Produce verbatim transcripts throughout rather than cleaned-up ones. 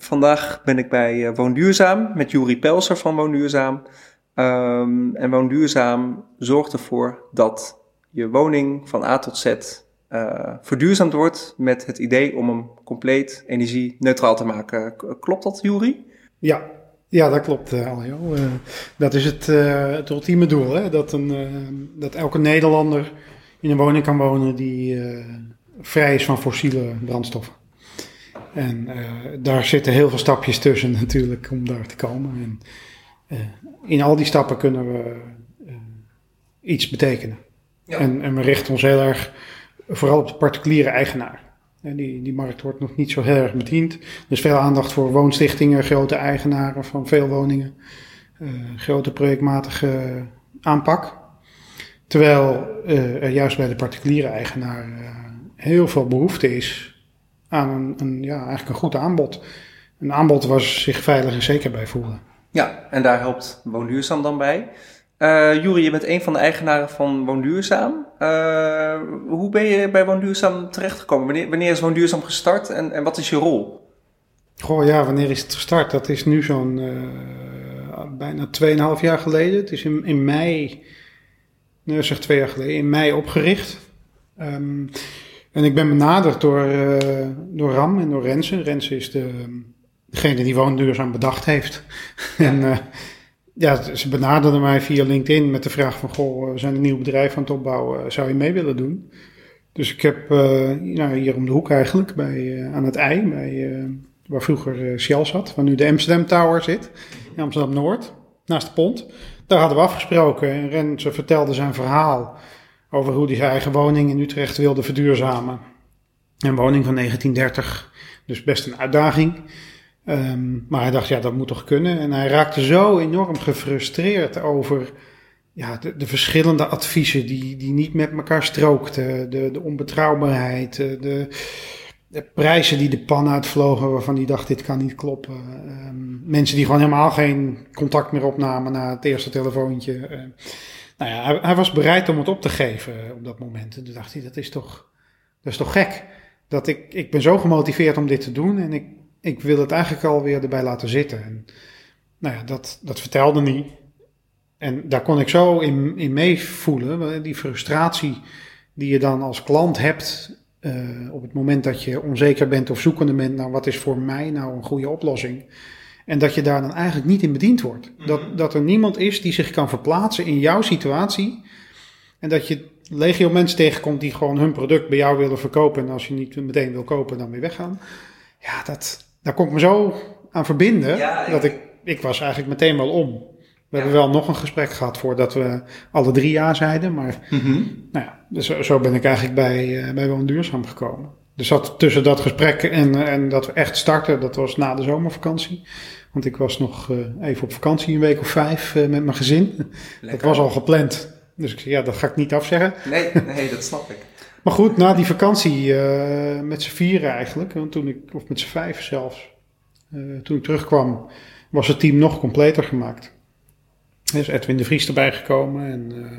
Vandaag ben ik bij uh, Woonduurzaam met Juri Pelser van Woonduurzaam. Um, en Woonduurzaam zorgt ervoor dat je woning van A tot Z uh, verduurzaamd wordt met het idee om hem compleet energie-neutraal te maken. Klopt dat, Juri? Ja, ja, dat klopt, uh, Aljo. Uh, dat is het, uh, het ultieme doel, hè? Dat, een, uh, dat elke Nederlander in een woning kan wonen die uh, vrij is van fossiele brandstoffen. En uh, daar zitten heel veel stapjes tussen natuurlijk om daar te komen. En uh, in al die stappen kunnen we uh, iets betekenen. Ja. En, en we richten ons heel erg vooral op de particuliere eigenaar. En die, die markt wordt nog niet zo heel erg bediend. Er is veel aandacht voor woonstichtingen, grote eigenaren van veel woningen. Uh, grote projectmatige aanpak. Terwijl uh, er juist bij de particuliere eigenaar uh, heel veel behoefte is aan een, een, ja, eigenlijk een goed aanbod. Een aanbod waar ze zich veilig en zeker bij voelen. Ja, en daar helpt Woonduurzaam dan bij. Uh, Juri, je bent een van de eigenaren van Woonduurzaam. Uh, hoe ben je bij Woonduurzaam terechtgekomen? Wanneer, wanneer is Woonduurzaam gestart en, en wat is je rol? Goh, ja, wanneer is het gestart? Dat is nu zo'n uh, bijna tweeënhalf jaar geleden. Het is in, in mei, nee, zeg twee jaar geleden, in mei opgericht. Um, en ik ben benaderd door, uh, door Ram en door Renze. Renze is de, degene die Woonduurzaam bedacht heeft. en uh, ja, ze benaderden mij via LinkedIn met de vraag van, goh, we zijn een nieuw bedrijf aan het opbouwen, zou je mee willen doen? Dus ik heb uh, nou, hier om de hoek eigenlijk, bij, uh, aan het ei, bij, uh, waar vroeger uh, Shell zat, waar nu de Amsterdam Tower zit, in Amsterdam-Noord, naast de pont. Daar hadden we afgesproken en Renze vertelde zijn verhaal over hoe hij zijn eigen woning in Utrecht wilde verduurzamen. Een woning van negentien dertig, dus best een uitdaging. Um, maar hij dacht, ja, dat moet toch kunnen. En hij raakte zo enorm gefrustreerd over ja, de, de verschillende adviezen die, die niet met elkaar strookten. De, de onbetrouwbaarheid, de, de prijzen die de pan uitvlogen waarvan hij dacht, dit kan niet kloppen. Um, mensen die gewoon helemaal geen contact meer opnamen na het eerste telefoontje. Uh, nou ja, hij, hij was bereid om het op te geven op dat moment. En toen dacht hij, dat is toch, dat is toch gek. Dat ik, ik ben zo gemotiveerd om dit te doen en ik Ik wil het eigenlijk alweer erbij laten zitten. En, nou ja, dat, dat vertelde hij. En daar kon ik zo in, in meevoelen. Die frustratie die je dan als klant hebt uh, op het moment dat je onzeker bent of zoekende bent naar wat is voor mij nou een goede oplossing. En dat je daar dan eigenlijk niet in bediend wordt. Mm-hmm. Dat, dat er niemand is die zich kan verplaatsen in jouw situatie. En dat je legio mensen tegenkomt die gewoon hun product bij jou willen verkopen. En als je niet meteen wil kopen, dan weer weggaan. Ja, dat... Daar kon ik me zo aan verbinden, ja, ja. dat ik, ik was eigenlijk meteen wel om. We ja. hebben wel nog een gesprek gehad voordat we alle drie ja zeiden. Maar mm-hmm. nou ja, dus zo, zo ben ik eigenlijk bij, uh, bij Woonduurzaam gekomen. Dus dat, tussen dat gesprek en, en dat we echt starten, dat was na de zomervakantie. Want ik was nog uh, even op vakantie, een week of vijf uh, met mijn gezin. Lekker. Dat was al gepland. Dus ik zei, ja, dat ga ik niet afzeggen. Nee, nee, dat snap ik. Maar goed, na die vakantie, uh, met z'n vieren eigenlijk, want toen ik, of met z'n vijf zelfs, uh, toen ik terugkwam, was het team nog completer gemaakt. Er is Edwin de Vries erbij gekomen en, uh,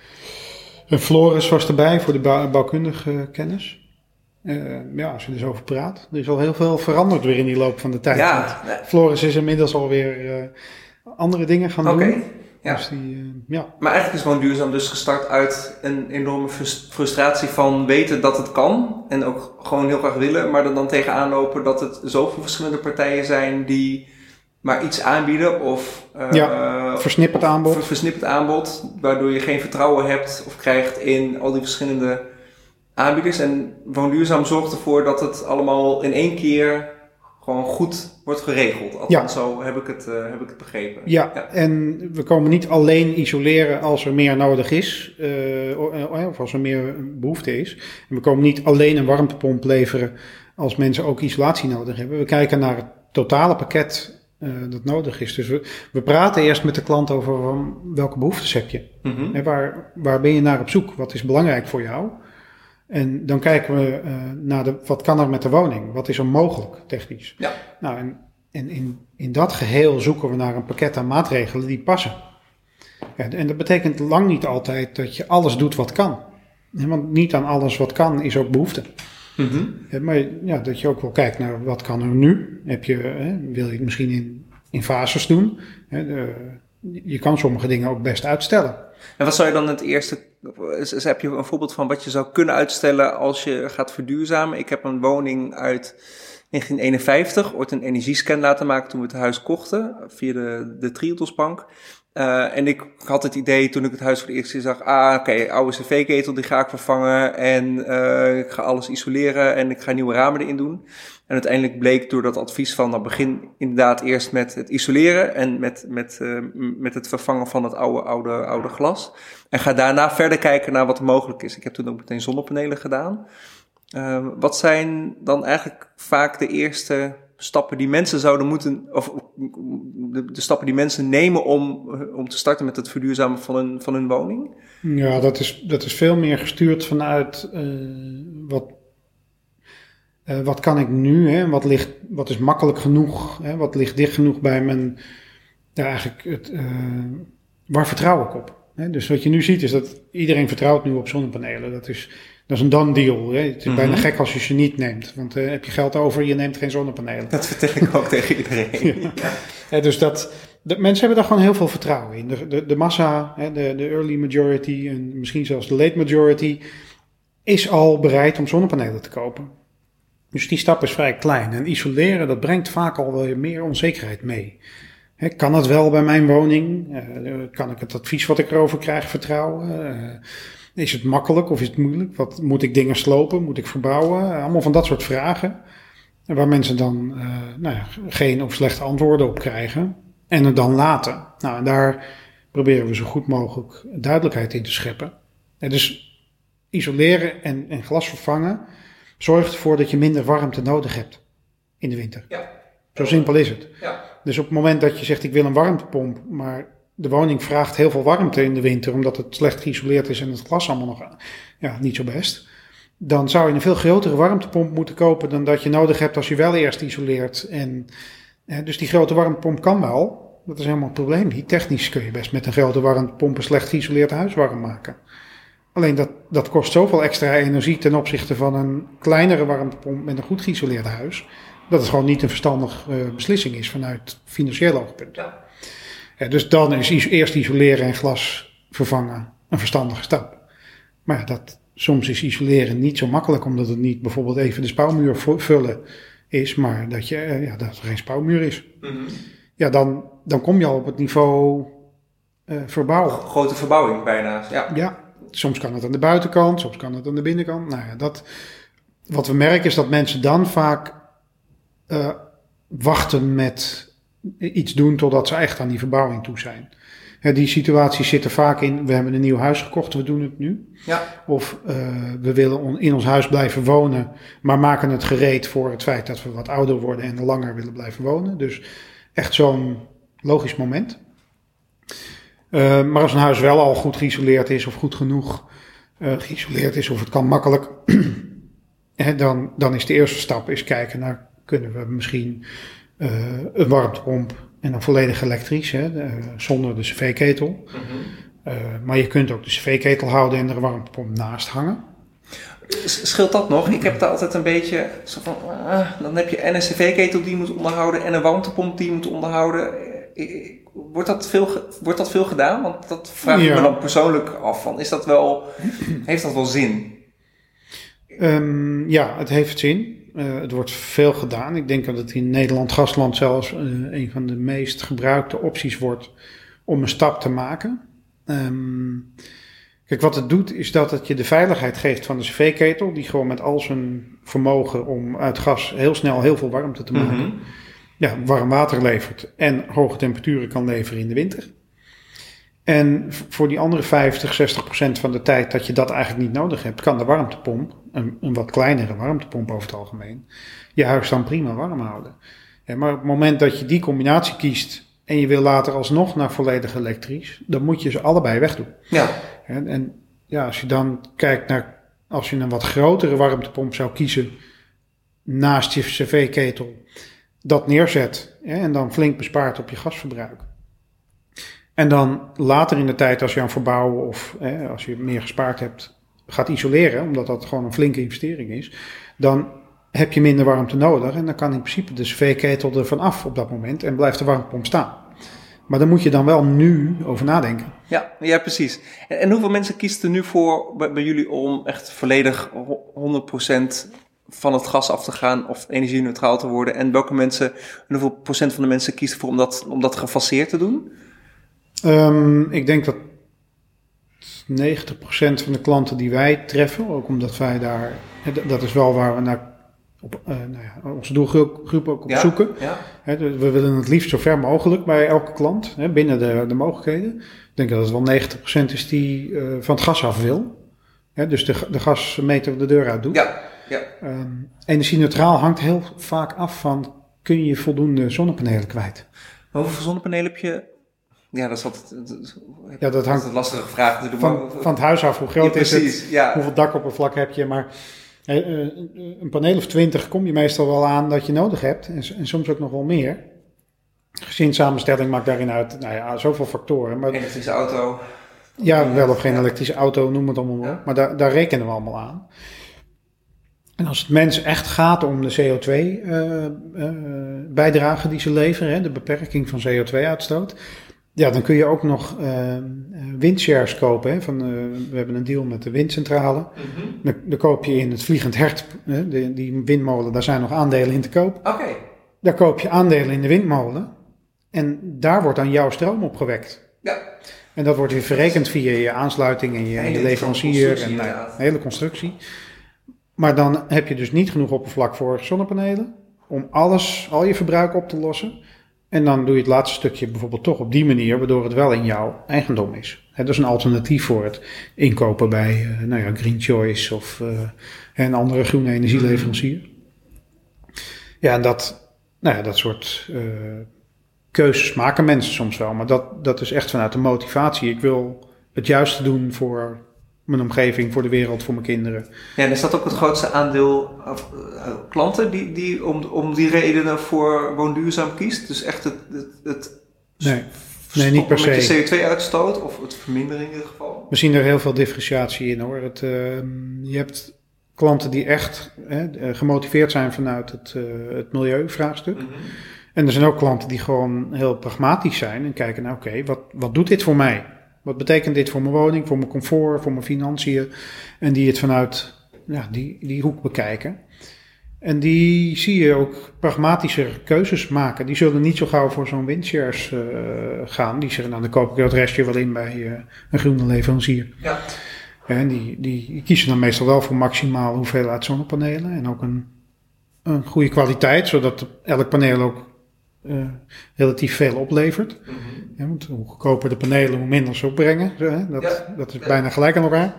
en Floris was erbij voor de bouw, bouwkundige kennis. Uh, ja, als je er zo over praat, er is al heel veel veranderd weer in die loop van de tijd. Ja. Floris is inmiddels alweer uh, andere dingen gaan okay. doen. Ja. Dus die, uh, ja. Maar eigenlijk is Woonduurzaam dus gestart uit een enorme frustratie van weten dat het kan. En ook gewoon heel graag willen, maar er dan tegenaan lopen dat het zoveel verschillende partijen zijn die maar iets aanbieden. Of uh, ja, versnipperd aanbod. Of versnipperd aanbod, waardoor je geen vertrouwen hebt of krijgt in al die verschillende aanbieders. En Woonduurzaam zorgt ervoor dat het allemaal in één keer gewoon goed wordt geregeld. Althans, ja. Zo heb ik het, uh, heb ik het begrepen. Ja, ja, en we komen niet alleen isoleren als er meer nodig is, uh, of als er meer behoefte is. En we komen niet alleen een warmtepomp leveren als mensen ook isolatie nodig hebben. We kijken naar het totale pakket uh, dat nodig is. Dus we, we praten eerst met de klant over um, welke behoeftes heb je. Mm-hmm. En waar, waar ben je naar op zoek? Wat is belangrijk voor jou? En dan kijken we uh, naar de, wat kan er met de woning? Wat is er mogelijk technisch? Ja. Nou, en, en in, in dat geheel zoeken we naar een pakket aan maatregelen die passen. Ja, en dat betekent lang niet altijd dat je alles doet wat kan. Want niet aan alles wat kan is ook behoefte. Mm-hmm. Uh, maar ja, dat je ook wel kijkt naar wat kan er nu. Heb je, uh, wil je het misschien in, in fases doen? Uh, de, je kan sommige dingen ook best uitstellen. En wat zou je dan het eerste... Dus heb je een voorbeeld van wat je zou kunnen uitstellen als je gaat verduurzamen? Ik heb een woning uit negentien eenenvijftig, ooit een energiescan laten maken toen we het huis kochten, via de, de Triodosbank. Uh, en ik had het idee toen ik het huis voor de eerste keer zag, ah oké, okay, oude cv-ketel die ga ik vervangen en uh, ik ga alles isoleren en ik ga nieuwe ramen erin doen. En uiteindelijk bleek door dat advies van, nou begin inderdaad eerst met het isoleren en met, met, uh, met het vervangen van het oude, oude, oude glas. En ga daarna verder kijken naar wat er mogelijk is. Ik heb toen ook meteen zonnepanelen gedaan. Uh, wat zijn dan eigenlijk vaak de eerste stappen die mensen zouden moeten, of de, de stappen die mensen nemen om, om te starten met het verduurzamen van hun, van hun woning? Ja, dat is, dat is veel meer gestuurd vanuit uh, wat, uh, wat kan ik nu, hè? Wat, ligt, wat is makkelijk genoeg, hè? Wat ligt dicht genoeg bij mijn, ja, eigenlijk het, uh, waar vertrouw ik op? Hè? Dus wat je nu ziet is dat iedereen vertrouwt nu op zonnepanelen. Dat is, dat is een done deal. Hè? Het is mm-hmm. bijna gek als je ze niet neemt. Want uh, heb je geld over, je neemt geen zonnepanelen. Dat vertel ik ook tegen iedereen. Ja. Ja, dus dat, de, mensen hebben daar gewoon heel veel vertrouwen in. De, de, de massa, hè, de, de early majority en misschien zelfs de late majority is al bereid om zonnepanelen te kopen. Dus die stap is vrij klein. En isoleren, dat brengt vaak al wel meer onzekerheid mee. Hè, kan het wel bij mijn woning? Uh, kan ik het advies wat ik erover krijg vertrouwen? Uh, Is het makkelijk of is het moeilijk? Wat, moet ik dingen slopen? Moet ik verbouwen? Allemaal van dat soort vragen. Waar mensen dan uh, nou ja, geen of slechte antwoorden op krijgen. En het dan laten. Nou, en daar proberen we zo goed mogelijk duidelijkheid in te scheppen. En dus isoleren en, en glas vervangen zorgt ervoor dat je minder warmte nodig hebt in de winter. Ja. Zo simpel is het. Ja. Dus op het moment dat je zegt ik wil een warmtepomp, maar de woning vraagt heel veel warmte in de winter, omdat het slecht geïsoleerd is en het glas allemaal nog ja, niet zo best. Dan zou je een veel grotere warmtepomp moeten kopen dan dat je nodig hebt als je wel eerst isoleert. En, eh, dus die grote warmtepomp kan wel. Dat is helemaal het probleem niet. Technisch kun je best met een grote warmtepomp een slecht geïsoleerd huis warm maken. Alleen dat, dat kost zoveel extra energie ten opzichte van een kleinere warmtepomp met een goed geïsoleerd huis, dat het gewoon niet een verstandige uh, beslissing is vanuit financieel oogpunt. Ja. Ja, dus dan is is eerst isoleren en glas vervangen een verstandige stap. Maar ja, dat, soms is isoleren niet zo makkelijk, omdat het niet bijvoorbeeld even de spouwmuur vullen is, maar dat, je, uh, ja, dat er geen spouwmuur is. Mm-hmm. Ja, dan, dan kom je al op het niveau uh, verbouwen. Grote verbouwing bijna, ja. Ja, soms kan het aan de buitenkant, soms kan het aan de binnenkant. Nou ja, dat, wat we merken is dat mensen dan vaak uh, wachten met iets doen totdat ze echt aan die verbouwing toe zijn. Ja, die situaties zitten vaak in, we hebben een nieuw huis gekocht, we doen het nu. Ja. Of uh, we willen on, in ons huis blijven wonen, maar maken het gereed voor het feit dat we wat ouder worden en langer willen blijven wonen. Dus echt zo'n logisch moment. Uh, maar als een huis wel al goed geïsoleerd is of goed genoeg uh, geïsoleerd is of het kan makkelijk, hè, dan, dan is de eerste stap is kijken naar, kunnen we misschien uh, een warmtepomp en dan volledig elektrisch, hè, uh, zonder de cv-ketel. Mm-hmm. Uh, maar je kunt ook de cv-ketel houden en er een warmtepomp naast hangen. Scheelt dat nog? Ik heb daar altijd een beetje zo van, ah, dan heb je en een cv-ketel die je moet onderhouden en een warmtepomp die je moet onderhouden. Wordt dat veel, wordt dat veel gedaan? Want dat vraag ik ja. me dan persoonlijk af van, is dat wel, heeft dat wel zin? Um, ja, het heeft zin. Uh, het wordt veel gedaan. Ik denk dat het in Nederland, gastland zelfs, uh, een van de meest gebruikte opties wordt om een stap te maken. Um, kijk, wat het doet is dat het je de veiligheid geeft van de cv-ketel, die gewoon met al zijn vermogen om uit gas heel snel heel veel warmte te maken, mm-hmm. ja, warm water levert en hoge temperaturen kan leveren in de winter. En voor die andere vijftig, zestig procent van de tijd dat je dat eigenlijk niet nodig hebt, kan de warmtepomp, een, een wat kleinere warmtepomp over het algemeen, je huis dan prima warm houden. Ja, maar op het moment dat je die combinatie kiest en je wil later alsnog naar volledig elektrisch, dan moet je ze allebei wegdoen. Ja. En, en ja, als je dan kijkt naar, als je een wat grotere warmtepomp zou kiezen naast je cv-ketel, dat neerzet hè, en dan flink bespaart op je gasverbruik. En dan later in de tijd, als je aan verbouwen of hè, als je meer gespaard hebt, gaat isoleren, omdat dat gewoon een flinke investering is, dan heb je minder warmte nodig en dan kan in principe de cv-ketel er van af op dat moment en blijft de warmtepomp staan. Maar daar moet je dan wel nu over nadenken. Ja, ja precies. En, en hoeveel mensen kiezen er nu voor bij, bij jullie om echt volledig honderd procent van het gas af te gaan of energie-neutraal te worden? En welke mensen, en hoeveel procent van de mensen kiest ervoor om dat, om dat gefaseerd te doen? Um, ik denk dat negentig procent van de klanten die wij treffen, ook omdat wij daar, dat is wel waar we naar op, uh, nou ja, onze doelgroep ook op ja, zoeken. Ja. He, we willen het liefst zo ver mogelijk bij elke klant, he, binnen de, de mogelijkheden. Ik denk dat het wel negentig procent is die uh, van het gas af wil. He, dus de, de gasmeter de deur uit doet. Ja. Ja. Um, energie-neutraal hangt heel vaak af van, kun je voldoende zonnepanelen kwijt? Maar hoeveel zonnepanelen heb je? Ja, dat is altijd, dat, ja, dat hangt een lastige vraag. Van, van het huis af, hoe groot ja, is het? Ja. Hoeveel dakoppervlak heb je? Maar een paneel of twintig kom je meestal wel aan dat je nodig hebt. En, en soms ook nog wel meer. Gezinssamenstelling maakt daarin uit, nou ja, zoveel factoren. Maar, elektrische auto. Ja, wel of geen elektrische auto, noem het allemaal maar. Ja. Maar daar, daar rekenen we allemaal aan. En als het mensen echt gaat om de C O twee bijdrage uh, uh, die ze leveren, hè, de beperking van C O twee uitstoot, ja, dan kun je ook nog uh, windshares kopen. Hè, van, uh, we hebben een deal met de windcentrale. Mm-hmm. Dan, dan koop je in het Vliegend Hert, hè, de, die windmolen, daar zijn nog aandelen in te koop. Oké. Okay. Daar koop je aandelen in de windmolen en daar wordt dan jouw stroom opgewekt. Ja. En dat wordt weer verrekend via je aansluiting en je, je leverancier en nou, de hele constructie. Maar dan heb je dus niet genoeg oppervlak voor zonnepanelen om alles, al je verbruik op te lossen. En dan doe je het laatste stukje bijvoorbeeld toch op die manier, waardoor het wel in jouw eigendom is. He, dat is een alternatief voor het inkopen bij uh, nou ja, Green Choice of uh, een andere groene energieleverancier. Ja, en dat, nou ja, dat soort uh, keuzes maken mensen soms wel. Maar dat, dat is echt vanuit de motivatie. Ik wil het juiste doen voor mijn omgeving, voor de wereld, voor mijn kinderen. Ja, en is dat ook het grootste aandeel of, uh, klanten die, die om, om die redenen voor woonduurzaam kiest? Dus echt het, het, het nee. Nee, niet per se. Met je C O twee uitstoot of het verminderen in ieder geval? We zien er heel veel differentiatie in hoor. Het, uh, je hebt klanten die echt hè, gemotiveerd zijn vanuit het, uh, het milieuvraagstuk. Mm-hmm. En er zijn ook klanten die gewoon heel pragmatisch zijn en kijken naar oké, okay, wat, wat doet dit voor mij? Wat betekent dit voor mijn woning, voor mijn comfort, voor mijn financiën? En die het vanuit ja, die, die hoek bekijken. En die zie je ook pragmatischer keuzes maken. Die zullen niet zo gauw voor zo'n windshares uh, gaan. Die zeggen, nou dan koop ik dat restje wel in bij uh, een groene leverancier. Ja. En die, die kiezen dan meestal wel voor maximaal hoeveelheid zonnepanelen. En ook een, een goede kwaliteit, zodat elk paneel ook uh, relatief veel oplevert. Mm-hmm. Ja, want hoe goedkoper de panelen, hoe minder ze opbrengen. Zo, hè? Dat, ja. dat is bijna gelijk aan elkaar.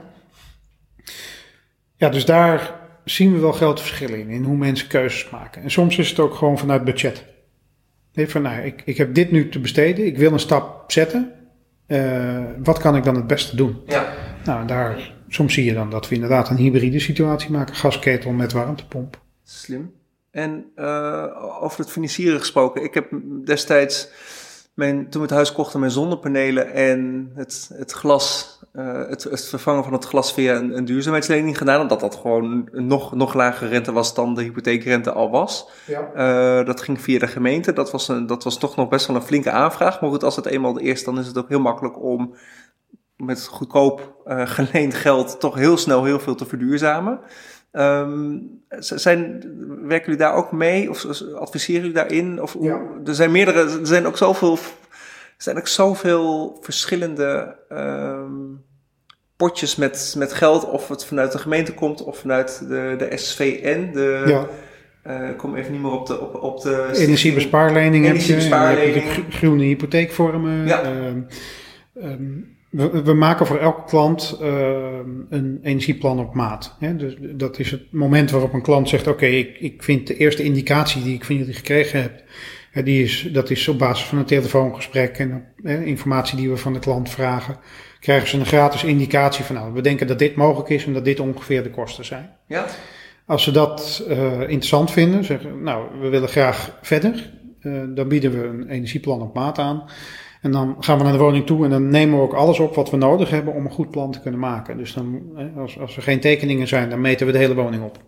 Ja, dus daar zien we wel grote verschillen in, in hoe mensen keuzes maken. En soms is het ook gewoon vanuit budget. Nee, van, nou, ik, ik heb dit nu te besteden, ik wil een stap zetten. Uh, wat kan ik dan het beste doen? Ja. Nou, daar, soms zie je dan dat we inderdaad een hybride situatie maken. Gasketel met warmtepomp. Slim. En uh, over het financieren gesproken. Ik heb destijds, mijn, toen we het huis kochten, mijn zonnepanelen en het, het glas, uh, het, het vervangen van het glas via een, een duurzaamheidslening gedaan. Omdat dat gewoon een nog, nog lagere rente was dan de hypotheekrente al was. Ja. Uh, dat ging via de gemeente. Dat was, een, dat was toch nog best wel een flinke aanvraag. Maar goed, als het eenmaal is, dan is het ook heel makkelijk om met goedkoop uh, geleend geld toch heel snel heel veel te verduurzamen. Um, zijn, werken jullie daar ook mee of adviseren jullie daarin? Of, ja. Er zijn meerdere, er zijn ook zoveel, er zijn ook zoveel verschillende um, potjes met, met geld, of het vanuit de gemeente komt of vanuit de, de S V N. De, ja. uh, ik kom even niet meer op de, op, op de energiebespaarlening. Energiebespaarlening. Heb je, groene hypotheekvormen. Ja. Um, um, We, we maken voor elke klant uh, een energieplan op maat. Hè? Dus dat is het moment waarop een klant zegt, oké, okay, ik, ik vind de eerste indicatie die ik van jullie gekregen heb, hè, die is, dat is op basis van een telefoongesprek en hè, informatie die we van de klant vragen, krijgen ze een gratis indicatie van, nou, we denken dat dit mogelijk is en dat dit ongeveer de kosten zijn. Ja. Als ze dat uh, interessant vinden, zeggen, nou, we willen graag verder, uh, dan bieden we een energieplan op maat aan. En dan gaan we naar de woning toe en dan nemen we ook alles op wat we nodig hebben om een goed plan te kunnen maken. Dus dan, als, als er geen tekeningen zijn, dan meten we de hele woning op.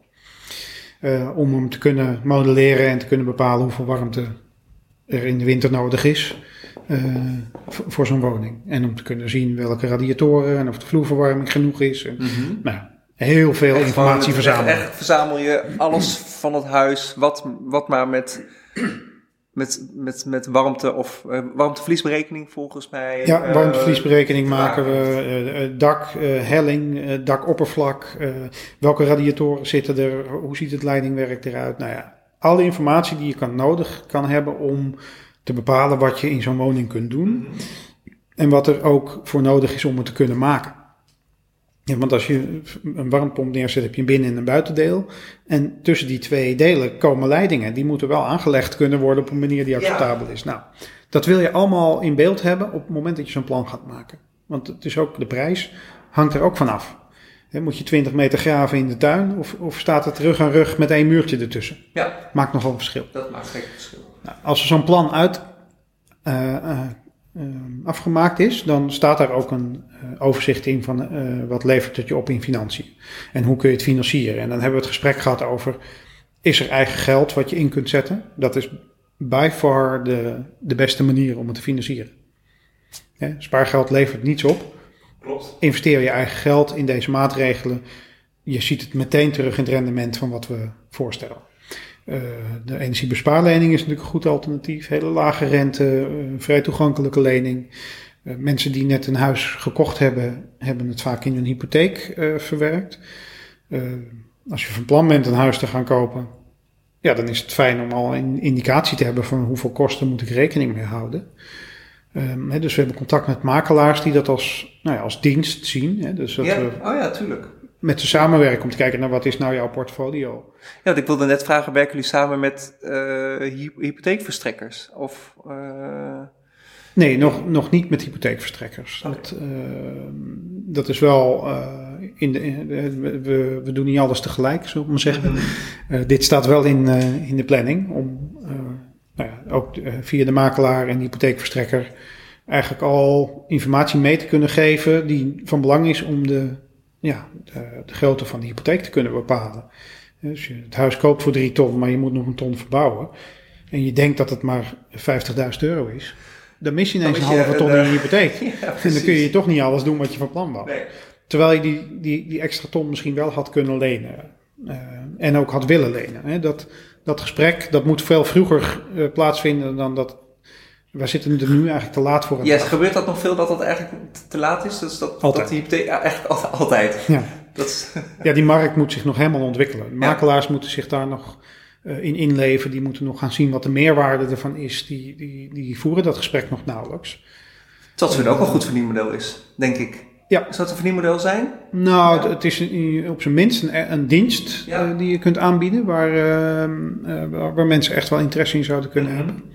Uh, om hem te kunnen modelleren en te kunnen bepalen hoeveel warmte er in de winter nodig is uh, voor, voor zo'n woning. En om te kunnen zien welke radiatoren en of de vloerverwarming genoeg is. En, mm-hmm. nou, heel veel echt informatie verzamelen. Echt, echt verzamel je alles van het huis, wat, wat maar met, met, met, met warmte of uh, warmteverliesberekening volgens mij. Ja, uh, warmteverliesberekening maken we, uh, dak, uh, helling, uh, dakoppervlak, uh, welke radiatoren zitten er, hoe ziet het leidingwerk eruit. Nou ja, alle informatie die je kan nodig kan hebben om te bepalen wat je in zo'n woning kunt doen. Mm-hmm. En wat er ook voor nodig is om het te kunnen maken. Ja, want als je een warmtepomp neerzet, heb je een binnen- en een buitendeel. En tussen die twee delen komen leidingen. Die moeten wel aangelegd kunnen worden op een manier die acceptabel is. Nou, dat wil je allemaal in beeld hebben op het moment dat je zo'n plan gaat maken. Want het is ook, de prijs hangt er ook vanaf. He, moet je twintig meter graven in de tuin of, of staat het rug aan rug met één muurtje ertussen? Ja. Maakt nogal een verschil. Dat maakt zeker verschil. Nou, als er zo'n plan uit uh, uh, uh, afgemaakt is, dan staat daar ook een uh, overzicht in van uh, wat levert het je op in financiën. En hoe kun je het financieren? En dan hebben we het gesprek gehad over, is er eigen geld wat je in kunt zetten? Dat is by far de, de beste manier om het te financieren. Ja, spaargeld levert niets op. Klopt. Investeer je eigen geld in deze maatregelen. Je ziet het meteen terug in het rendement van wat we voorstellen. Uh, de energiebespaarlening is natuurlijk een goed alternatief. Hele lage rente, uh, vrij toegankelijke lening. Uh, mensen die net een huis gekocht hebben, hebben het vaak in hun hypotheek uh, verwerkt. Uh, als je van plan bent een huis te gaan kopen, ja, dan is het fijn om al een indicatie te hebben van hoeveel kosten moet ik rekening mee houden. Um, he, dus we hebben contact met makelaars die dat als, nou ja, als dienst zien. He, dus dat ja, we oh ja, tuurlijk. Met ze samenwerken om te kijken naar wat is nou jouw portfolio. Ja, want ik wilde net vragen, werken jullie samen met uh, hypotheekverstrekkers? Of, uh... Nee, nog, nog niet met hypotheekverstrekkers. Okay. Dat, uh, dat is wel, uh, in de, in de, we, we doen niet alles tegelijk, zullen we maar zeggen. Mm-hmm. Uh, dit staat wel in, uh, in de planning om uh, nou ja, ook uh, via de makelaar en de hypotheekverstrekker eigenlijk al informatie mee te kunnen geven die van belang is om de, ja, de, de grootte van de hypotheek te kunnen bepalen. Dus je het huis koopt voor drie ton, maar je moet nog een ton verbouwen. En je denkt dat het maar vijftigduizend euro is. Dan mis je ineens een halve ton in je hypotheek. Ja, en dan kun je toch niet alles doen wat je van plan was. Nee. Terwijl je die, die, die extra ton misschien wel had kunnen lenen. Uh, en ook had willen lenen. Hè. Dat, dat gesprek, dat moet veel vroeger uh, plaatsvinden dan dat. Wij zitten er nu eigenlijk te laat voor. Ja, yes, gebeurt dat nog veel dat dat eigenlijk te laat is? Dus dat, altijd. Dat die hypotheek, ja, echt altijd. Ja. Dat is, ja, die markt moet zich nog helemaal ontwikkelen. De makelaars ja. moeten zich daar nog uh, in inleven. Die moeten nog gaan zien wat de meerwaarde ervan is. Die, die, die voeren dat gesprek nog nauwelijks. Dat het ook een goed verdienmodel is, denk ik. Ja. Zou het een verdienmodel zijn? Nou, ja. het is een, op zijn minst een, een dienst ja. uh, die je kunt aanbieden. Waar, uh, uh, waar, waar mensen echt wel interesse in zouden kunnen mm-hmm. hebben.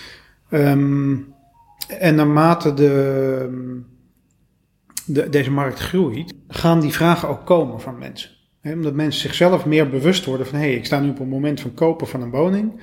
Um, en naarmate de, de, deze markt groeit, gaan die vragen ook komen van mensen. He, omdat mensen zichzelf meer bewust worden van, hé, hey, ik sta nu op een moment van kopen van een woning.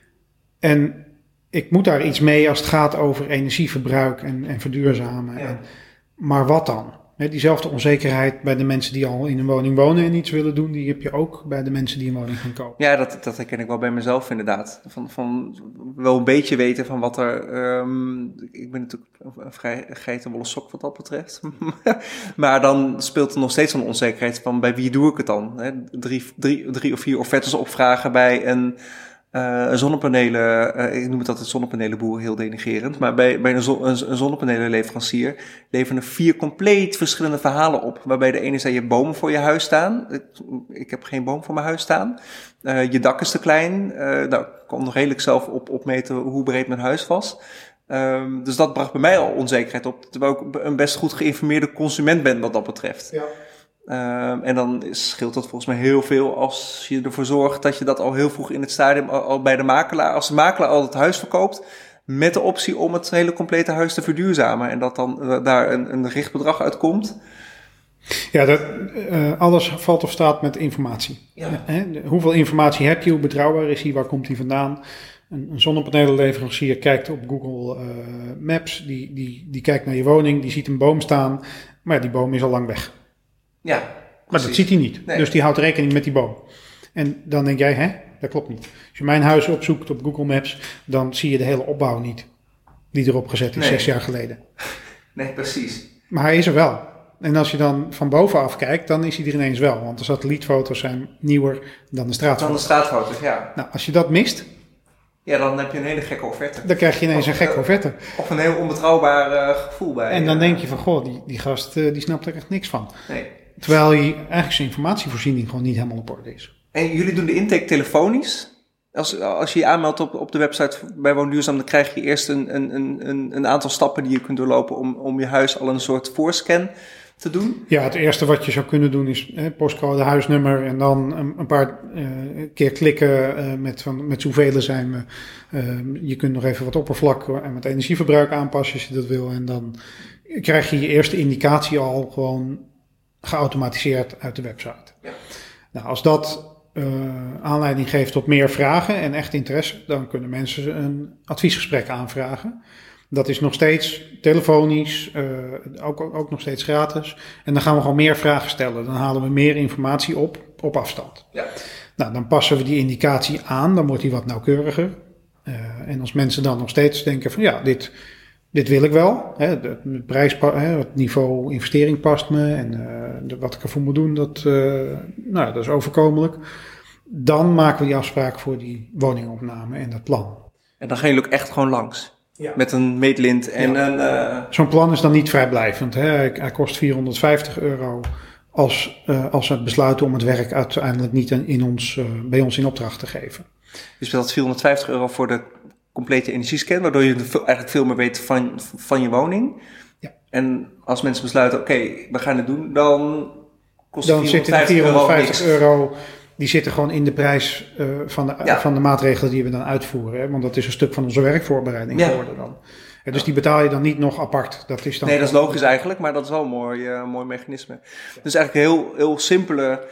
En ik moet daar iets mee als het gaat over energieverbruik en, en verduurzamen. Ja. En, maar wat dan? He, diezelfde onzekerheid bij de mensen die al in een woning wonen en iets willen doen, die heb je ook bij de mensen die een woning gaan kopen. Ja, dat, dat herken ik wel bij mezelf inderdaad. Van, van wel een beetje weten van wat er... Um, ik ben natuurlijk een vrij geitenwolle sok wat dat betreft. Maar dan speelt er nog steeds een onzekerheid van bij wie doe ik het dan? Hè? Drie, drie, drie of vier offertes opvragen bij een... Uh, zonnepanelen, uh, ik noem het altijd zonnepanelenboer, heel denigrerend, maar bij, bij een, zon, een, een zonnepanelenleverancier leveren vier compleet verschillende verhalen op, waarbij de ene zei, je hebt bomen voor je huis staan, ik, ik heb geen boom voor mijn huis staan, uh, je dak is te klein, uh, nou, ik kon nog redelijk zelf op, opmeten hoe breed mijn huis was. Um, dus dat bracht bij mij al onzekerheid op, terwijl ik een best goed geïnformeerde consument ben wat dat betreft. Ja. Um, en dan scheelt dat volgens mij heel veel als je ervoor zorgt dat je dat al heel vroeg in het stadium al, al bij de makelaar, als de makelaar al het huis verkoopt, met de optie om het hele complete huis te verduurzamen en dat dan uh, daar een, een richtbedrag uitkomt. Ja, dat, uh, alles valt of staat met informatie. Ja. Hè? Hoeveel informatie heb je, hoe betrouwbaar is die, waar komt die vandaan? Een, een zonnepanelenleverancier kijkt op Google uh, Maps, die, die, die kijkt naar je woning, die ziet een boom staan, maar ja, die boom is al lang weg. Ja, maar precies. dat ziet hij niet, nee. Dus die houdt rekening met die boom. En dan denk jij, hè, dat klopt niet. Als je mijn huis opzoekt op Google Maps, dan zie je de hele opbouw niet die erop gezet is, nee. zes jaar geleden. Nee, precies. Maar hij is er wel. En als je dan van bovenaf kijkt, dan is hij er ineens wel. Want de satellietfoto's zijn nieuwer dan de straatfoto's. Dan de straatfoto's, ja. Nou, als je dat mist... Ja, dan heb je een hele gekke offerte. Dan krijg je ineens of, een gekke offerte. Of een heel onbetrouwbaar uh, gevoel bij. En dan uh, denk je van, goh, die, die gast uh, die snapt er echt niks van. Nee. Terwijl hij eigenlijk zijn informatievoorziening gewoon niet helemaal op orde is. En jullie doen de intake telefonisch? Als, als je je aanmeldt op, op de website bij Woonduurzaam, dan krijg je eerst een, een, een, een aantal stappen die je kunt doorlopen om, om je huis al een soort voorscan te doen. Ja, het eerste wat je zou kunnen doen is hè, postcode, huisnummer en dan een, een paar uh, keer klikken uh, met, van, met zoveel zijn we. Uh, je kunt nog even wat oppervlak en wat energieverbruik aanpassen als je dat wil. En dan krijg je je eerste indicatie al gewoon geautomatiseerd uit de website. Ja. Nou, als dat uh, aanleiding geeft tot meer vragen en echt interesse, dan kunnen mensen een adviesgesprek aanvragen. Dat is nog steeds telefonisch, uh, ook, ook nog steeds gratis. En dan gaan we gewoon meer vragen stellen. Dan halen we meer informatie op, op afstand. Ja. Nou, dan passen we die indicatie aan, dan wordt die wat nauwkeuriger. Uh, en als mensen dan nog steeds denken van ja, dit, dit wil ik wel. Hè, de, de prijs, hè, het niveau investering past me en uh, de, wat ik ervoor moet doen, dat, uh, nou, dat is overkomelijk. Dan maken we die afspraak voor die woningopname en dat plan. En dan gaan jullie ook echt gewoon langs? Ja. Met een meetlint en ja. een... Uh... Zo'n plan is dan niet vrijblijvend. Hè? Hij, hij kost vierhonderdvijftig euro als, uh, als we besluiten om het werk uiteindelijk niet in ons, uh, bij ons in opdracht te geven. Dus dat vierhonderdvijftig euro voor de complete energiescan, waardoor je eigenlijk veel meer weet van, van je woning. Ja. En als mensen besluiten, oké, okay, we gaan het doen, dan kost het vierhonderdvijftig euro... Die zitten gewoon in de prijs uh, van, de, ja. van de maatregelen die we dan uitvoeren. Hè? Want dat is een stuk van onze werkvoorbereiding ja. geworden dan. Ja, dus ja. die betaal je dan niet nog apart. Dat is dan nee, dat is logisch eigenlijk, maar dat is wel een mooi, uh, mooi mechanisme. Ja. Dus eigenlijk een heel, heel simpele,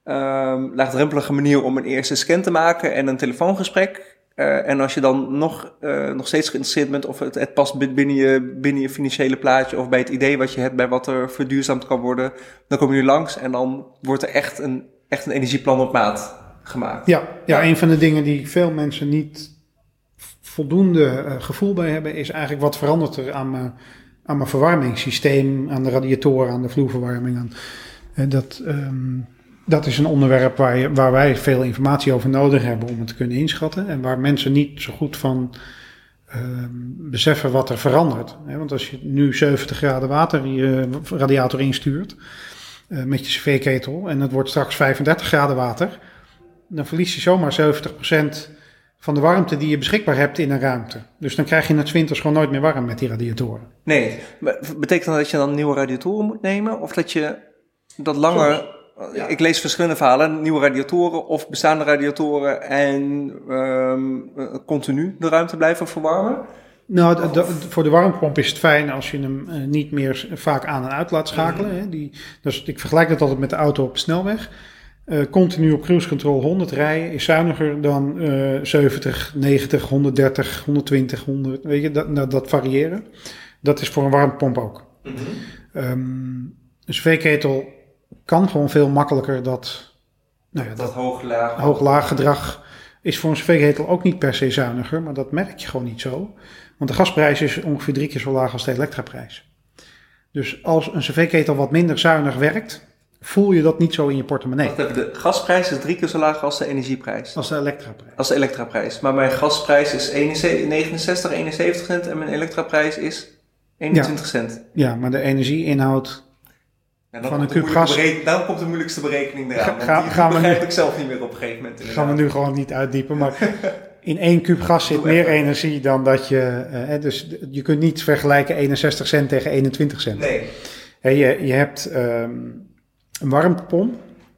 um, laagdrempelige manier om een eerste scan te maken en een telefoongesprek. Uh, en als je dan nog, uh, nog steeds geïnteresseerd bent of het, het past binnen je, binnen je financiële plaatje of bij het idee wat je hebt bij wat er verduurzaamd kan worden, dan kom je nu langs en dan wordt er echt een echt een energieplan op maat gemaakt. Ja, ja, ja, een van de dingen die veel mensen niet voldoende uh, gevoel bij hebben, is eigenlijk wat verandert er aan mijn, aan mijn verwarmingssysteem, aan de radiatoren, aan de vloerverwarming. Aan, uh, dat, um, dat is een onderwerp waar, je, waar wij veel informatie over nodig hebben om het te kunnen inschatten. En waar mensen niet zo goed van uh, beseffen wat er verandert. Hè? Want als je nu zeventig graden water je radiator instuurt, Uh, met je cv-ketel en het wordt straks vijfendertig graden water, dan verlies je zomaar zeventig procent van de warmte die je beschikbaar hebt in een ruimte. Dus dan krijg je het 's winters gewoon nooit meer warm met die radiatoren. Nee, maar betekent dat dat je dan nieuwe radiatoren moet nemen? Of dat je dat langer... Ja. Ik lees verschillende verhalen, nieuwe radiatoren of bestaande radiatoren en um, continu de ruimte blijven verwarmen? Nou, de, de, voor de warmtepomp is het fijn als je hem uh, niet meer vaak aan en uit laat schakelen. Mm-hmm. Hè. Die, dus ik vergelijk dat altijd met de auto op de snelweg. Uh, continu op cruise control honderd rijden is zuiniger dan uh, zeventig, negentig, honderddertig, honderdtwintig, honderd. Weet je, dat, dat, dat variëren. Dat is voor een warmtepomp ook. Mm-hmm. Um, een cv-ketel kan gewoon veel makkelijker dat... Nou ja, dat, dat hoog-laag... Hoog-laag gedrag is voor een cv-ketel ook niet per se zuiniger, maar dat merk je gewoon niet zo. Want de gasprijs is ongeveer drie keer zo laag als de elektraprijs. Dus als een cv-ketel wat minder zuinig werkt, voel je dat niet zo in je portemonnee. Wacht even, de gasprijs is drie keer zo laag als de energieprijs? Als de elektraprijs. Als de elektraprijs. Maar mijn gasprijs is negenenzestig, eenenzeventig cent en mijn elektraprijs is eenentwintig ja. cent. Ja, maar de energieinhoud ja, van een kuub gas... Bereken, dan komt de moeilijkste berekening eraan. Ga, die gaan begrijp nu, ik zelf niet meer op een gegeven moment. Inderdaad. Gaan we nu gewoon niet uitdiepen, maar... In één kuub gas zit meer energie dan dat je... Uh, dus je kunt niet vergelijken eenenzestig cent tegen eenentwintig cent. Nee. Hey, je, je hebt um, een warmtepomp.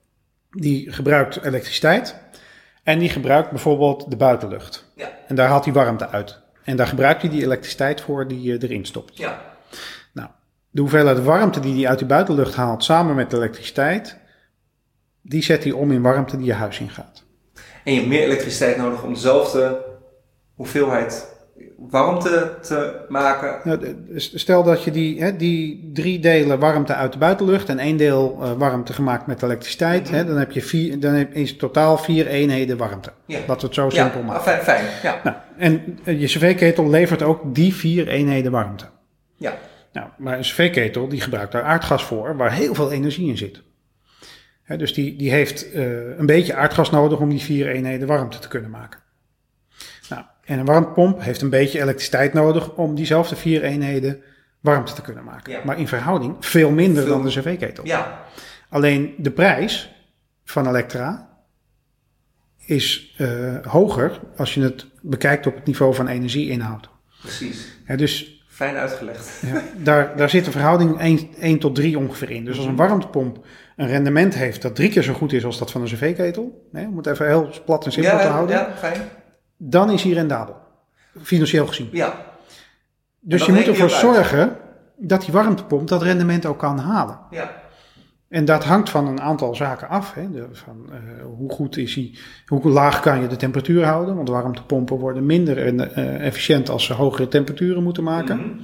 Die gebruikt elektriciteit. En die gebruikt bijvoorbeeld de buitenlucht. Ja. En daar haalt hij warmte uit. En daar gebruikt hij die elektriciteit voor die je erin stopt. Ja. Nou, de hoeveelheid warmte die hij uit die buitenlucht haalt samen met de elektriciteit... die zet hij om in warmte die je huis ingaat. En je hebt meer elektriciteit nodig om dezelfde hoeveelheid warmte te maken. Nou, stel dat je die, hè, die drie delen warmte uit de buitenlucht en één deel uh, warmte gemaakt met elektriciteit. Mm-hmm. Hè, dan heb je vier, dan heb je in totaal vier eenheden warmte. Ja. Laten we het zo simpel ja, maken. Fijn, fijn. Ja. Nou, en uh, je cv-ketel levert ook die vier eenheden warmte. Ja. Nou, maar een cv-ketel die gebruikt daar aardgas voor, waar heel veel energie in zit. Hè, dus die, die heeft uh, een beetje aardgas nodig om die vier eenheden warmte te kunnen maken. Nou, en een warmtepomp heeft een beetje elektriciteit nodig om diezelfde vier eenheden warmte te kunnen maken. Ja. Maar in verhouding veel minder veel, dan de cv-ketel. Ja. Alleen de prijs van Electra is uh, hoger als je het bekijkt op het niveau van energieinhoud. Precies. Ja, dus, Fijn uitgelegd. Ja, daar, daar zit een verhouding één tot drie ongeveer in. Dus als een warmtepomp een rendement heeft dat drie keer zo goed is als dat van een cv-ketel, hè, om het even heel plat en simpel ja, te houden. Ja, fijn. Dan is hij rendabel, financieel gezien. Ja. Dus je moet ervoor zorgen dat die warmtepomp dat rendement ook kan halen. Ja. En dat hangt van een aantal zaken af. Hè. De, van, uh, hoe goed is hij, hoe laag kan je de temperatuur houden? Want warmtepompen worden minder uh, efficiënt als ze hogere temperaturen moeten maken. Mm-hmm.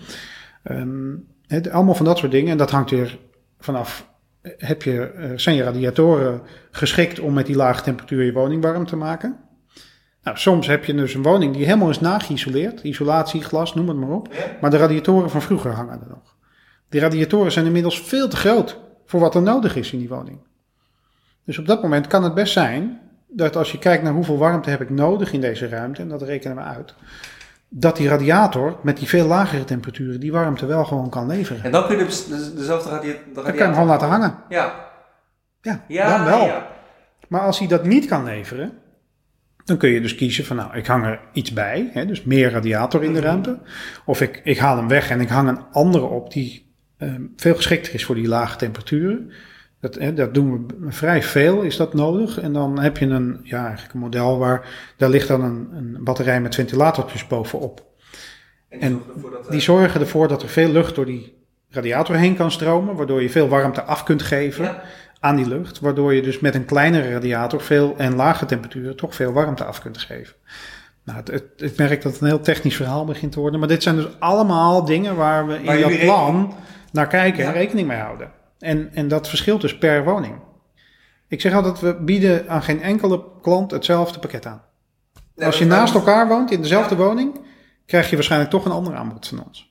Um, het, allemaal van dat soort dingen. En dat hangt weer vanaf. Heb je, uh, zijn je radiatoren geschikt om met die lage temperatuur je woning warm te maken? Nou, soms heb je dus een woning die helemaal is nageïsoleerd. Isolatie, glas, noem het maar op. Ja. Maar de radiatoren van vroeger hangen er nog. Die radiatoren zijn inmiddels veel te groot voor wat er nodig is in die woning. Dus op dat moment kan het best zijn dat als je kijkt naar hoeveel warmte heb ik nodig in deze ruimte, en dat rekenen we uit, dat die radiator met die veel lagere temperaturen die warmte wel gewoon kan leveren. En dan kun je de, de, dezelfde radi- radiator... Dan kan je hem gewoon laten hangen. Ja. Ja, ja dan wel. Ja. Maar als hij dat niet kan leveren, dan kun je dus kiezen van nou, ik hang er iets bij, hè, dus meer radiator in de ruimte. Of ik, ik haal hem weg en ik hang een andere op die uh, veel geschikter is voor die lage temperaturen. Dat, hè, dat doen we vrij veel, is dat nodig. En dan heb je een, ja, eigenlijk een model waar, daar ligt dan een, een batterij met ventilatortjes bovenop. En die, en zorgen ervoor dat, uh... die zorgen ervoor dat er veel lucht door die radiator heen kan stromen, waardoor je veel warmte af kunt geven. Ja. Aan die lucht, waardoor je dus met een kleinere radiator veel en lage temperaturen toch veel warmte af kunt geven. Nou, het, het, ik merk dat het een heel technisch verhaal begint te worden, maar dit zijn dus allemaal dingen waar we in dat plan reken... naar kijken ja. en rekening mee houden. En, en dat verschilt dus per woning. Ik zeg altijd, we bieden aan geen enkele klant hetzelfde pakket aan. Nee, Als je naast elkaar woont in dezelfde ja. woning, krijg je waarschijnlijk toch een ander aanbod van ons.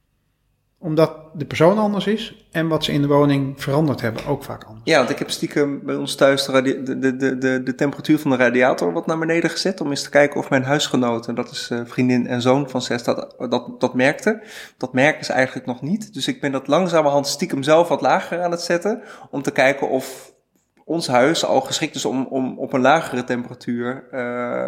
Omdat de persoon anders is en wat ze in de woning veranderd hebben ook vaak anders. Ja, want ik heb stiekem bij ons thuis de, radi- de, de, de, de temperatuur van de radiator wat naar beneden gezet. Om eens te kijken of mijn huisgenoten, dat is uh, vriendin en zoon van zes, dat, dat, dat merkte. Dat merken ze eigenlijk nog niet. Dus ik ben dat langzamerhand stiekem zelf wat lager aan het zetten. Om te kijken of ons huis al geschikt is om, om op een lagere temperatuur uh,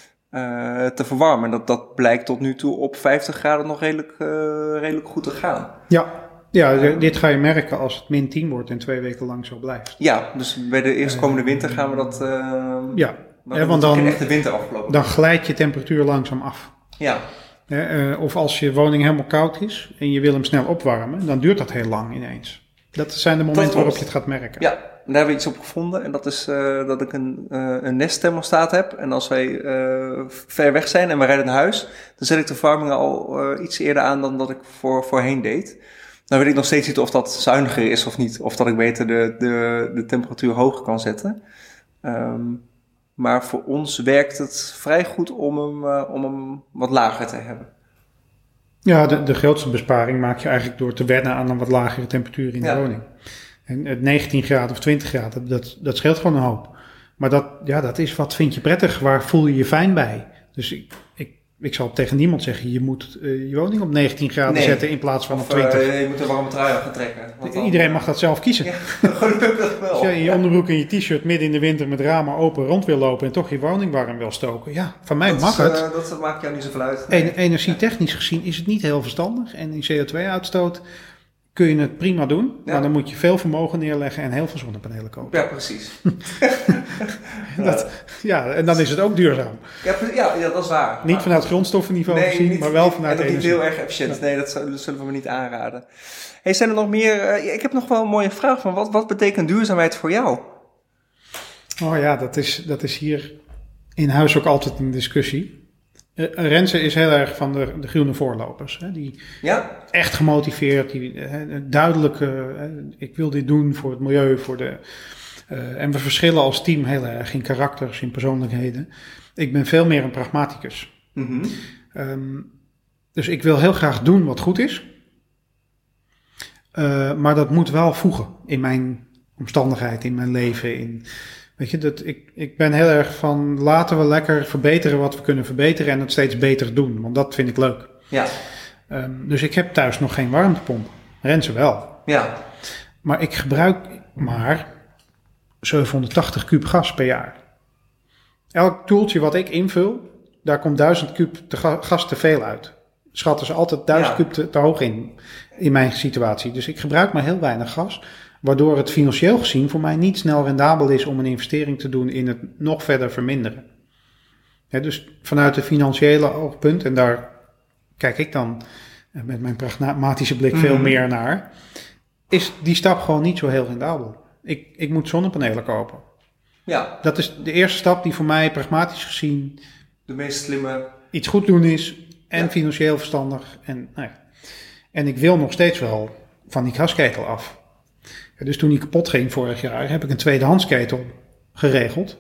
Uh, te verwarmen. Dat, dat blijkt tot nu toe op vijftig graden nog redelijk, uh, redelijk goed te gaan. Ja, ja uh, dit ga je merken als het min tien wordt en twee weken lang zo blijft. Ja, dus bij de eerstkomende winter gaan we dat... Uh, ja, dan ja want dan, echt de winter afgelopen. Dan glijdt je temperatuur langzaam af. Ja. Uh, uh, of als je woning helemaal koud is en je wil hem snel opwarmen, dan duurt dat heel lang ineens. Dat zijn de momenten waarop je het gaat merken. Ja, daar hebben we iets op gevonden. En dat is uh, dat ik een, uh, een Nest-thermostaat heb. En als wij uh, ver weg zijn en we rijden naar huis, dan zet ik de verwarming al uh, iets eerder aan dan dat ik voor, voorheen deed. Dan weet ik nog steeds niet of dat zuiniger is of niet. Of dat ik beter de, de, de temperatuur hoger kan zetten. Um, maar voor ons werkt het vrij goed om hem, uh, om hem wat lager te hebben. Ja, de, de grootste besparing maak je eigenlijk door te wennen aan een wat lagere temperatuur in de ja. woning. En negentien graden of twintig graden, dat, dat scheelt gewoon een hoop. Maar dat, ja, dat is wat vind je prettig, waar voel je je fijn bij. Dus ik, ik, ik zal tegen niemand zeggen, je moet uh, je woning op negentien graden nee. zetten in plaats van of, op twintig. Uh, je moet een warme trui aan gaan trekken. Dan, Iedereen mag dat zelf kiezen. Ja, gelukkig wel. Als je in je onderbroek en je t-shirt midden in de winter met ramen open rond wil lopen en toch je woning warm wil stoken. Ja, van mij dat mag is, het. Uh, dat maakt jou niet zoveel uit. Nee. Energietechnisch gezien is het niet heel verstandig. En in C O twee uitstoot kun je het prima doen. Ja. Maar dan moet je veel vermogen neerleggen en heel veel zonnepanelen kopen. Ja, precies. dat, ja, en dan is het ook duurzaam. Ja, ja, ja dat is waar. Niet vanuit grondstoffenniveau nee, gezien, niet, maar wel vanuit energie. energie. Niet heel erg efficiënt. Nee, dat zullen we me niet aanraden. Hey, zijn er nog meer... Uh, ik heb nog wel een mooie vraag van wat, wat betekent duurzaamheid voor jou? Oh ja, dat is, dat is hier in huis ook altijd een discussie. Uh, Renze is heel erg van de, de groene voorlopers. Hè? Die ja. echt gemotiveerd, die uh, duidelijk, uh, ik wil dit doen voor het milieu, voor de... Uh, en we verschillen als team heel erg in karakters, in persoonlijkheden. Ik ben veel meer een pragmaticus. Mm-hmm. Um, dus ik wil heel graag doen wat goed is. Uh, maar dat moet wel voegen in mijn omstandigheid, in mijn leven. In, weet je, dat ik, ik ben heel erg van laten we lekker verbeteren wat we kunnen verbeteren en het steeds beter doen. Want dat vind ik leuk. Ja. Um, dus ik heb thuis nog geen warmtepomp. Renze wel. Ja. Maar ik gebruik maar zevenhonderdtachtig kuub gas per jaar. Elk toeltje wat ik invul, daar komt duizend kuub te ga- gas te veel uit. Schatten ze altijd duizend ja. kuub te, te hoog in, in mijn situatie. Dus ik gebruik maar heel weinig gas, waardoor het financieel gezien voor mij niet snel rendabel is om een investering te doen in het nog verder verminderen. Ja, dus vanuit het financiële oogpunt, en daar kijk ik dan met mijn pragmatische blik veel mm-hmm. meer naar, is die stap gewoon niet zo heel rendabel. Ik, ik moet zonnepanelen kopen. Ja. Dat is de eerste stap die voor mij pragmatisch gezien de meest slimme iets goed doen is en ja. financieel verstandig. En, nou ja. en ik wil nog steeds wel van die gasketel af. Ja, dus toen die kapot ging vorig jaar, heb ik een tweedehands ketel geregeld.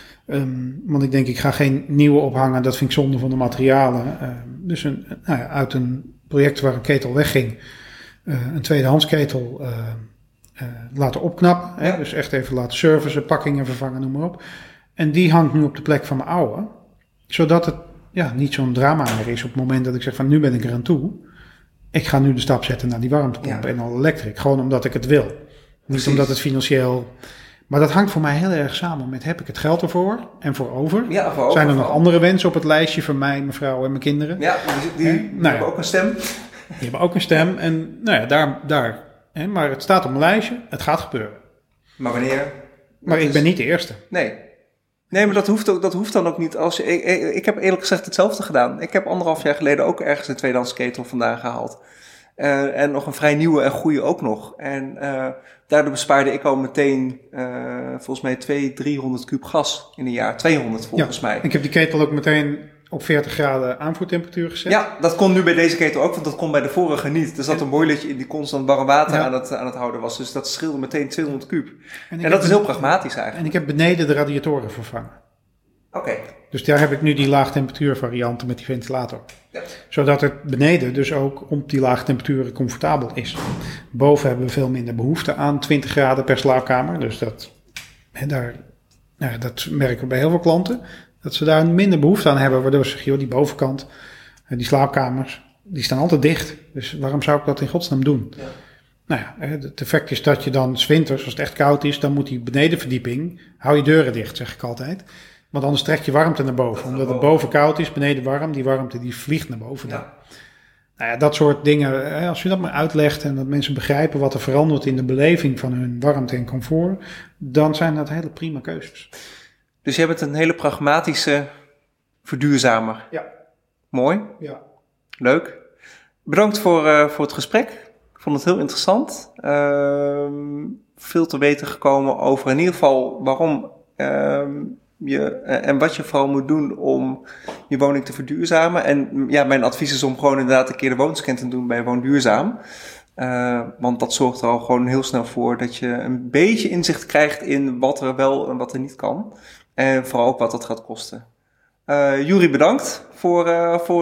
Um, want ik denk, ik ga geen nieuwe ophangen. Dat vind ik zonde van de materialen. Um, dus een, nou ja, uit een project waar een ketel wegging, uh, een tweedehands ketel uh, uh, laten opknappen. Ja. Hè? Dus echt even laten servicen, pakkingen vervangen, noem maar op. En die hangt nu op de plek van mijn oude. Zodat het ja, niet zo'n drama meer is op het moment dat ik zeg van nu ben ik er aan toe. Ik ga nu de stap zetten naar die warmtepomp ja. en al elektrisch. Gewoon omdat ik het wil. Niet Precies. omdat het financieel... Maar dat hangt voor mij heel erg samen met heb ik het geld ervoor en voor over. Ja, voor over Zijn er nog andere wensen op het lijstje van mij, mijn vrouw en mijn kinderen? Ja, die, die, die nou hebben ja. ook een stem. Die hebben ook een stem. En nou ja, daar... daar hè, maar het staat op mijn lijstje. Het gaat gebeuren. Maar wanneer? Maar ik is... ben niet de eerste. Nee. Nee, maar dat hoeft, ook, dat hoeft dan ook niet. Als je, ik, ik, ik heb eerlijk gezegd hetzelfde gedaan. Ik heb anderhalf jaar geleden ook ergens een tweedehands ketel vandaan gehaald. Uh, en nog een vrij nieuwe en goede ook nog. En uh, daardoor bespaarde ik al meteen uh, volgens mij tweehonderd, driehonderd kuub gas in een jaar. tweehonderd volgens ja, mij. Ik heb die ketel ook meteen op veertig graden aanvoertemperatuur gezet. Ja, dat kon nu bij deze ketel ook, want dat kon bij de vorige niet. Er zat een boilertje in die constant warm water ja. aan, het, aan het houden was. Dus dat scheelde meteen tweehonderd kuub. En, en dat is heel pragmatisch eigenlijk. En ik heb beneden de radiatoren vervangen. Oké. Okay. Dus daar heb ik nu die laagtemperatuur varianten met die ventilator. Ja. Zodat het beneden dus ook op die laagtemperaturen comfortabel is. Boven hebben we veel minder behoefte aan twintig graden per slaapkamer. Dus dat, hè, daar, nou, dat merken we bij heel veel klanten. Dat ze daar minder behoefte aan hebben. Waardoor ze zeggen, joh, die bovenkant, die slaapkamers, die staan altijd dicht. Dus waarom zou ik dat in godsnaam doen? Ja. Nou ja, het effect is dat je dan 's winters, als het echt koud is, dan moet die benedenverdieping, hou je deuren dicht, zeg ik altijd. Want anders trek je warmte naar boven. Omdat het boven koud is, beneden warm. Die warmte die vliegt naar boven. Ja. Nou ja, dat soort dingen. Als je dat maar uitlegt en dat mensen begrijpen wat er verandert in de beleving van hun warmte en comfort, dan zijn dat hele prima keuzes. Dus je bent een hele pragmatische verduurzamer. Ja. Mooi. Ja. Leuk. Bedankt voor, uh, voor het gesprek. Ik vond het heel interessant. Uh, veel te weten gekomen over in ieder geval waarom... Uh, Je, en wat je vooral moet doen om je woning te verduurzamen. En ja, mijn advies is om gewoon inderdaad een keer de woonscan te doen bij Woonduurzaam. Uh, want dat zorgt er al gewoon heel snel voor dat je een beetje inzicht krijgt in wat er wel en wat er niet kan. En vooral ook wat dat gaat kosten. Uh, Juri, bedankt voor, uh, voor,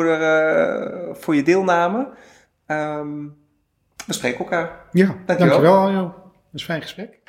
uh, voor je deelname. Um, we spreken elkaar. Ja, dankjewel. dankjewel Aljo. Dat is een fijn gesprek.